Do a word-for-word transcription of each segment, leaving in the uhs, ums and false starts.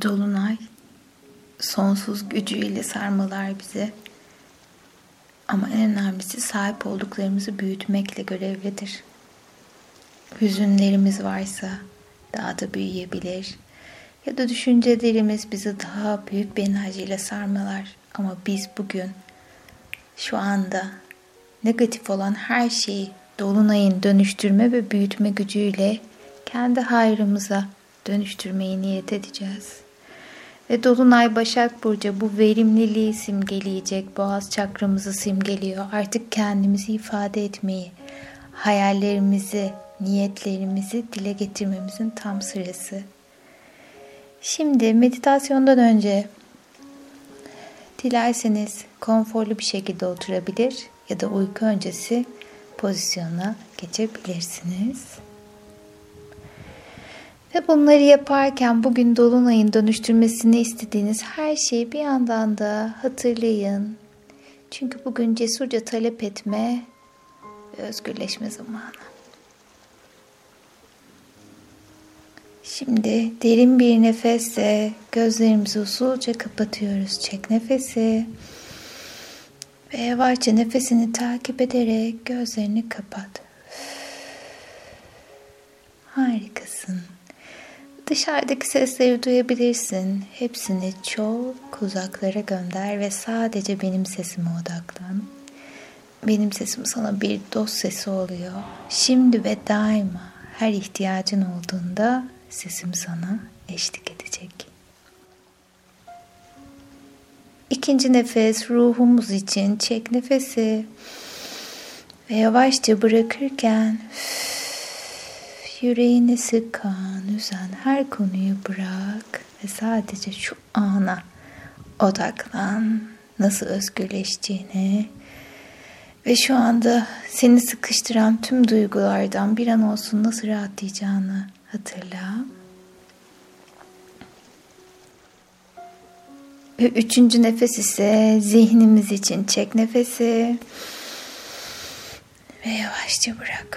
Dolunay sonsuz gücüyle sarmalar bizi. Ama en önemlisi sahip olduklarımızı büyütmekle görevlidir. Hüzünlerimiz varsa daha da büyüyebilir. Ya da düşüncelerimiz bizi daha büyük bir enerjiyle sarmalar. Ama biz bugün şu anda negatif olan her şeyi Dolunay'ın dönüştürme ve büyütme gücüyle kendi hayrımıza dönüştürmeyi niyet edeceğiz. Ve Dolunay Başak Burcu bu verimliliği simgeleyecek, boğaz çakramızı simgeliyor. Artık kendimizi ifade etmeyi, hayallerimizi, niyetlerimizi dile getirmemizin tam sırası. Şimdi meditasyondan önce dilerseniz konforlu bir şekilde oturabilir ya da uyku öncesi pozisyona geçebilirsiniz. Ve bunları yaparken bugün Dolunay'ın dönüştürmesini istediğiniz her şeyi bir yandan da hatırlayın. Çünkü bugün cesurca talep etme ve özgürleşme zamanı. Şimdi derin bir nefesle gözlerimizi usulca kapatıyoruz. Çek nefesi ve yavaşça nefesini takip ederek gözlerini kapat. Harikasın. Dışarıdaki sesleri duyabilirsin. Hepsini çok uzaklara gönder ve sadece benim sesime odaklan. Benim sesim sana bir dost sesi oluyor. Şimdi ve daima her ihtiyacın olduğunda sesim sana eşlik edecek. İkinci nefes ruhumuz için çek nefesi ve yavaşça bırakırken yüreğini sıkan, üzen her konuyu bırak ve sadece şu ana odaklan. Nasıl özgürleştiğini ve şu anda seni sıkıştıran tüm duygulardan bir an olsun nasıl rahatlayacağını hatırla. Ve üçüncü nefes ise zihnimiz için çek nefesi ve yavaşça bırak.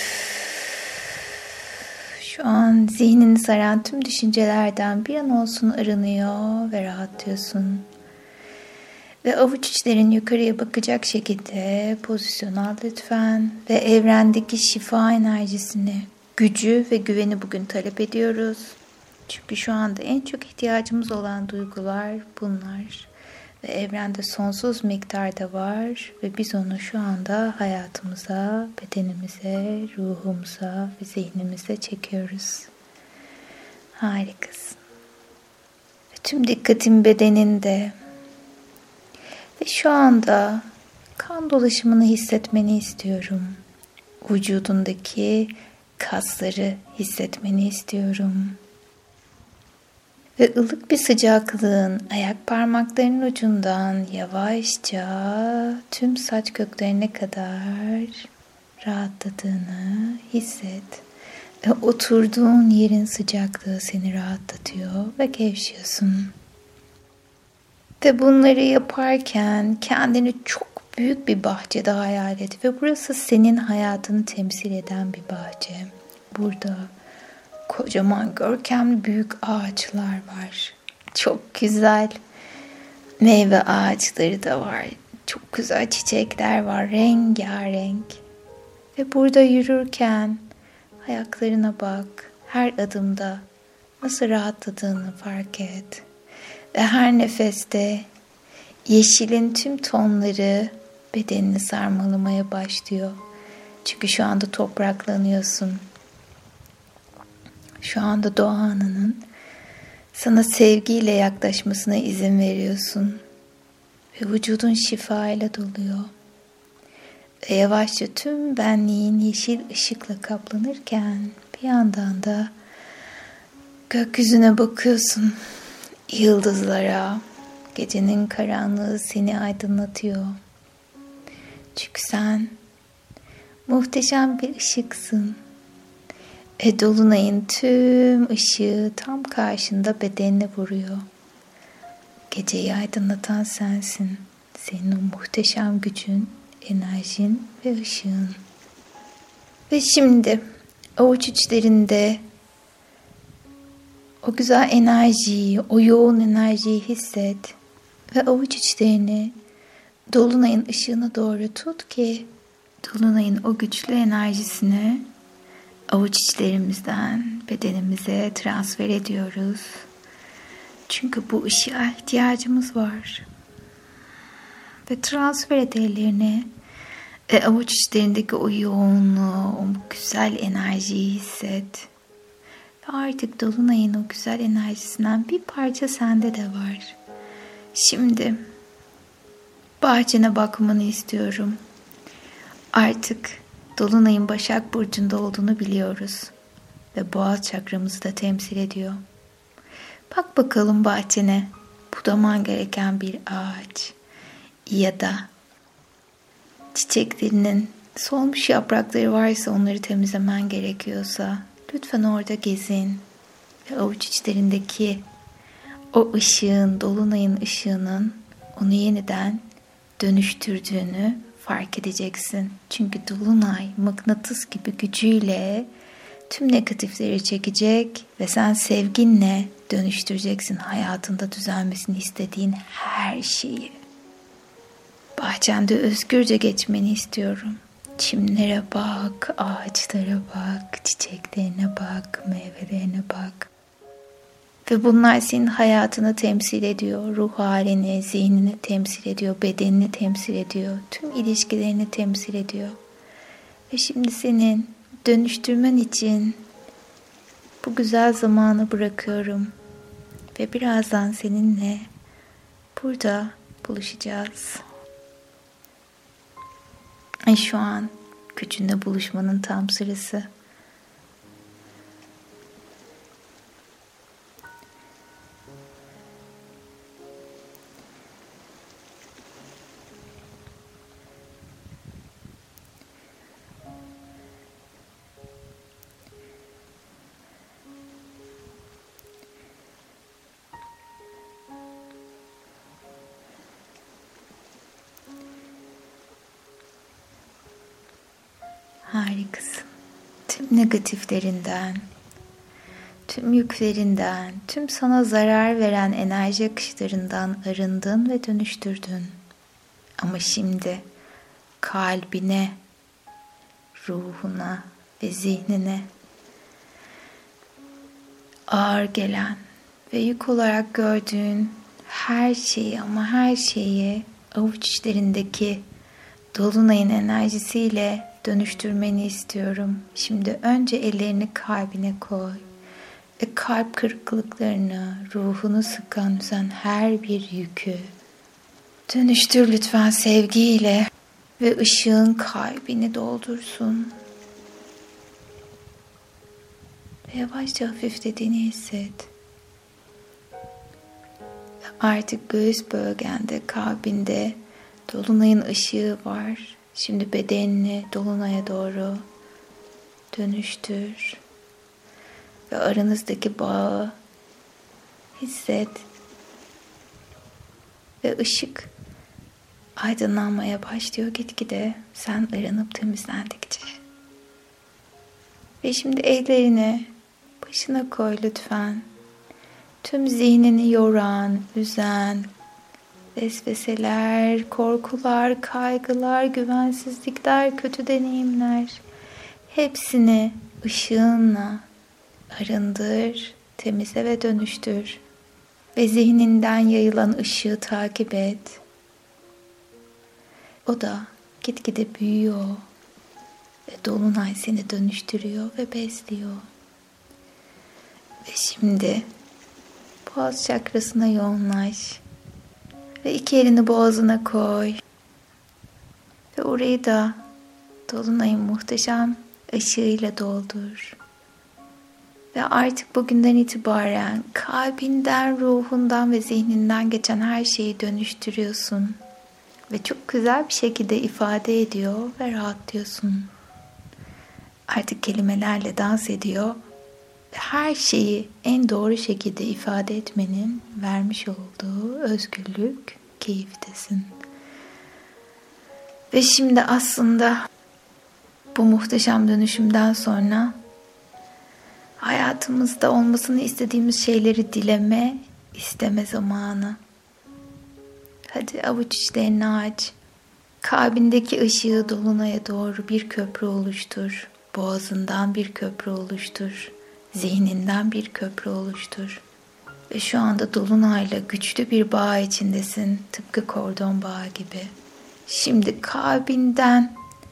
Şu an zihnini saran tüm düşüncelerden bir an olsun arınıyor ve rahatlıyorsun. Ve avuç içlerin yukarıya bakacak şekilde pozisyon al lütfen. Ve evrendeki şifa enerjisini, gücü ve güveni bugün talep ediyoruz. Çünkü şu anda en çok ihtiyacımız olan duygular bunlar. Ve evrende sonsuz miktarda var. Ve biz onu şu anda hayatımıza, bedenimize, ruhumuza ve zihnimize çekiyoruz. Harikasın. Ve tüm dikkatin bedeninde. Ve şu anda kan dolaşımını hissetmeni istiyorum. Vücudundaki kasları hissetmeni istiyorum. Ve ılık bir sıcaklığın ayak parmaklarının ucundan yavaşça tüm saç köklerine kadar rahatladığını hisset. Ve oturduğun yerin sıcaklığı seni rahatlatıyor ve gevşiyorsun. Ve bunları yaparken kendini çok büyük bir bahçede hayal et. Ve burası senin hayatını temsil eden bir bahçe. Burada kocaman görkemli büyük ağaçlar var. Çok güzel meyve ağaçları da var. Çok güzel çiçekler var. Rengarenk. Ve burada yürürken ayaklarına bak. Her adımda nasıl rahatladığını fark et. Ve her nefeste yeşilin tüm tonları bedenini sarmalamaya başlıyor. Çünkü şu anda topraklanıyorsun. Şu anda doğa ananın sana sevgiyle yaklaşmasına izin veriyorsun. Ve vücudun şifayla doluyor. Ve yavaşça tüm benliğin yeşil ışıkla kaplanırken bir yandan da gökyüzüne bakıyorsun. Yıldızlara, gecenin karanlığı seni aydınlatıyor. Çünkü sen muhteşem bir ışıksın. Ve dolunayın tüm ışığı tam karşında bedenine vuruyor. Geceyi aydınlatan sensin. Senin o muhteşem gücün, enerjin ve ışığın. Ve şimdi avuç içlerinde O güzel enerjiyi, o yoğun enerjiyi hisset ve avuç içlerini dolunayın ışığına doğru tut ki dolunayın o güçlü enerjisini avuç içlerimizden bedenimize transfer ediyoruz. Çünkü bu ışığa ihtiyacımız var. Ve transfer et ellerini. E, avuç içlerindeki o yoğunluğu, o güzel enerjiyi hisset. Ve artık dolunayın o güzel enerjisinden bir parça sende de var. Şimdi bahçene bakmanı istiyorum. Artık dolunayın Başak Burcu'nda olduğunu biliyoruz. Ve boğaz çakramızı da temsil ediyor. Bak bakalım bahçene budaman gereken bir ağaç ya da çiçeklerinin solmuş yaprakları varsa onları temizlemen gerekiyorsa lütfen orada gezin ve avuç içlerindeki o ışığın, dolunayın ışığının onu yeniden dönüştürdüğünü fark edeceksin. Çünkü dolunay mıknatıs gibi gücüyle tüm negatifleri çekecek ve sen sevginle dönüştüreceksin hayatında düzelmesini istediğin her şeyi. Bahçende özgürce geçmeni istiyorum. Çimlere bak, ağaçlara bak, çiçeklerine bak, meyvelerine bak. Ve bunlar senin hayatını temsil ediyor, ruh halini, zihnini temsil ediyor, bedenini temsil ediyor, tüm ilişkilerini temsil ediyor. Ve şimdi senin dönüştürmen için bu güzel zamanı bırakıyorum. Ve birazdan seninle burada buluşacağız. Ay şu an gücünle buluşmanın tam sırası. Harikasın. Tüm negatiflerinden, tüm yüklerinden, tüm sana zarar veren enerji akışlarından arındın ve dönüştürdün. Ama şimdi kalbine, ruhuna ve zihnine ağır gelen ve yük olarak gördüğün her şeyi ama her şeyi avuç içlerindeki dolunayın enerjisiyle dönüştürmeni istiyorum. Şimdi önce ellerini kalbine koy ve kalp kırıklıklarını, ruhunu sıkan, üzen her bir yükü dönüştür lütfen sevgiyle ve ışığın kalbini doldursun. Ve yavaşça hafiflediğini hisset. Artık göğüs bölgende, kalbinde dolunayın ışığı var. Şimdi bedenini dolunaya doğru dönüştür. Ve aranızdaki bağı hisset. Ve ışık aydınlanmaya başlıyor gitgide sen aranıp temizlendikçe. Ve şimdi ellerini başına koy lütfen. Tüm zihnini yoran, üzen, vesveseler, korkular, kaygılar, güvensizlikler, kötü deneyimler hepsini ışığınla arındır, temizle ve dönüştür. Ve zihninden yayılan ışığı takip et. O da gitgide büyüyor ve dolunay seni dönüştürüyor ve besliyor. Ve şimdi boğaz çakrasına yoğunlaş. Ve iki elini boğazına koy. Ve orayı da dolunayın muhteşem ışığıyla doldur. Ve artık bugünden itibaren kalbinden, ruhundan ve zihninden geçen her şeyi dönüştürüyorsun. Ve çok güzel bir şekilde ifade ediyor ve rahatlıyorsun. Artık kelimelerle dans ediyor. Ve her şeyi en doğru şekilde ifade etmenin vermiş olduğu özgürlük, keyiftesin. Ve şimdi aslında bu muhteşem dönüşümden sonra Hayatımızda olmasını istediğimiz şeyleri dileme, isteme zamanı. Hadi avuç içlerini aç. Kalbindeki ışığı dolunaya doğru bir köprü oluştur. Boğazından bir köprü oluştur. Zihninden bir köprü oluştur. Ve şu anda dolunayla güçlü bir bağ içindesin. Tıpkı kordon bağı gibi. Şimdi kalbinden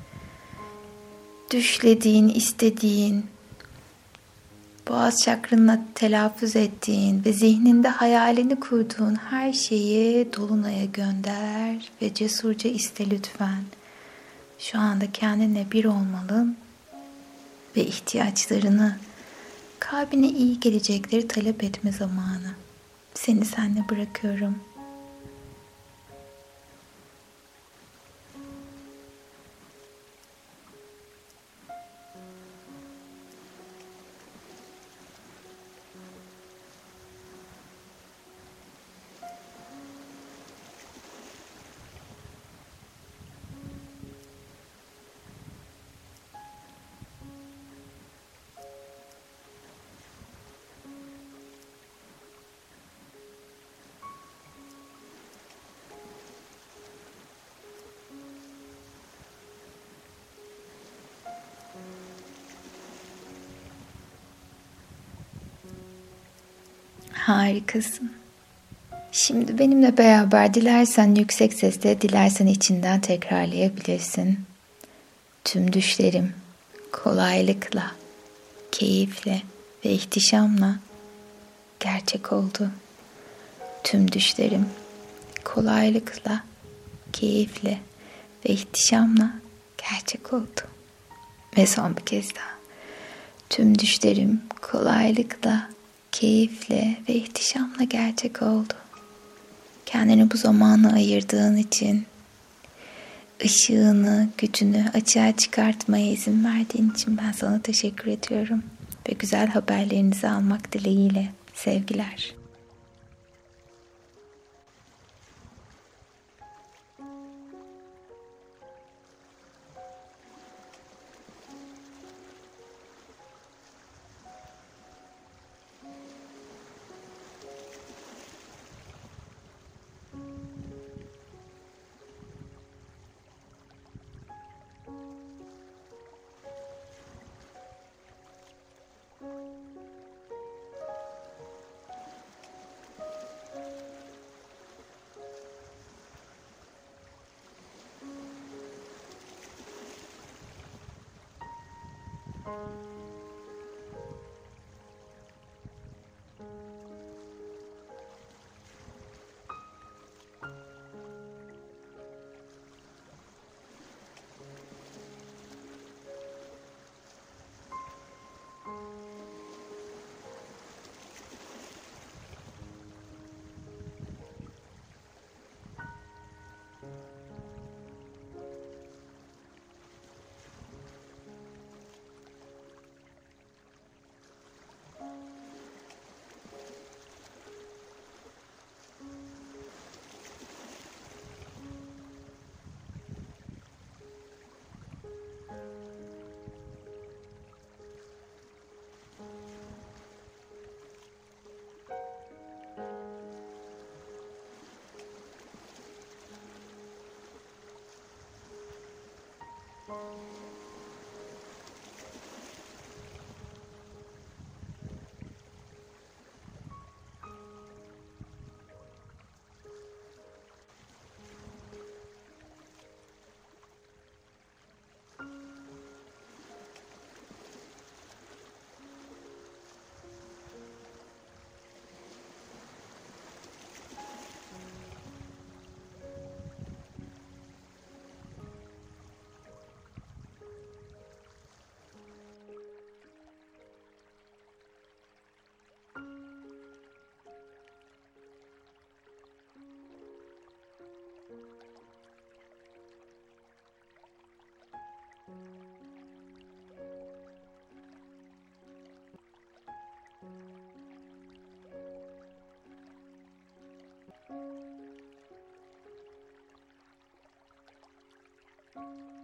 düşlediğin, istediğin, boğaz çakranla telaffuz ettiğin ve zihninde hayalini kurduğun her şeyi dolunaya gönder ve cesurca iste lütfen. Şu anda kendine bir olmalın ve ihtiyaçlarını, kalbine iyi gelecekleri talep etme zamanı. Seni seninle bırakıyorum. Harikasın. Şimdi benimle beraber dilersen yüksek sesle, dilersen içinden tekrarlayabilirsin. Tüm düşlerim kolaylıkla, keyifle ve ihtişamla gerçek oldu. Tüm düşlerim kolaylıkla, keyifle ve ihtişamla gerçek oldu. Ve son bir kez daha. Tüm düşlerim kolaylıkla, keyifle ve ihtişamla gerçek oldu. Kendini bu zamanı ayırdığın için, ışığını, gücünü açığa çıkartmaya izin verdiğin için ben sana teşekkür ediyorum. Ve güzel haberlerinizi almak dileğiyle. Sevgiler. Thank you.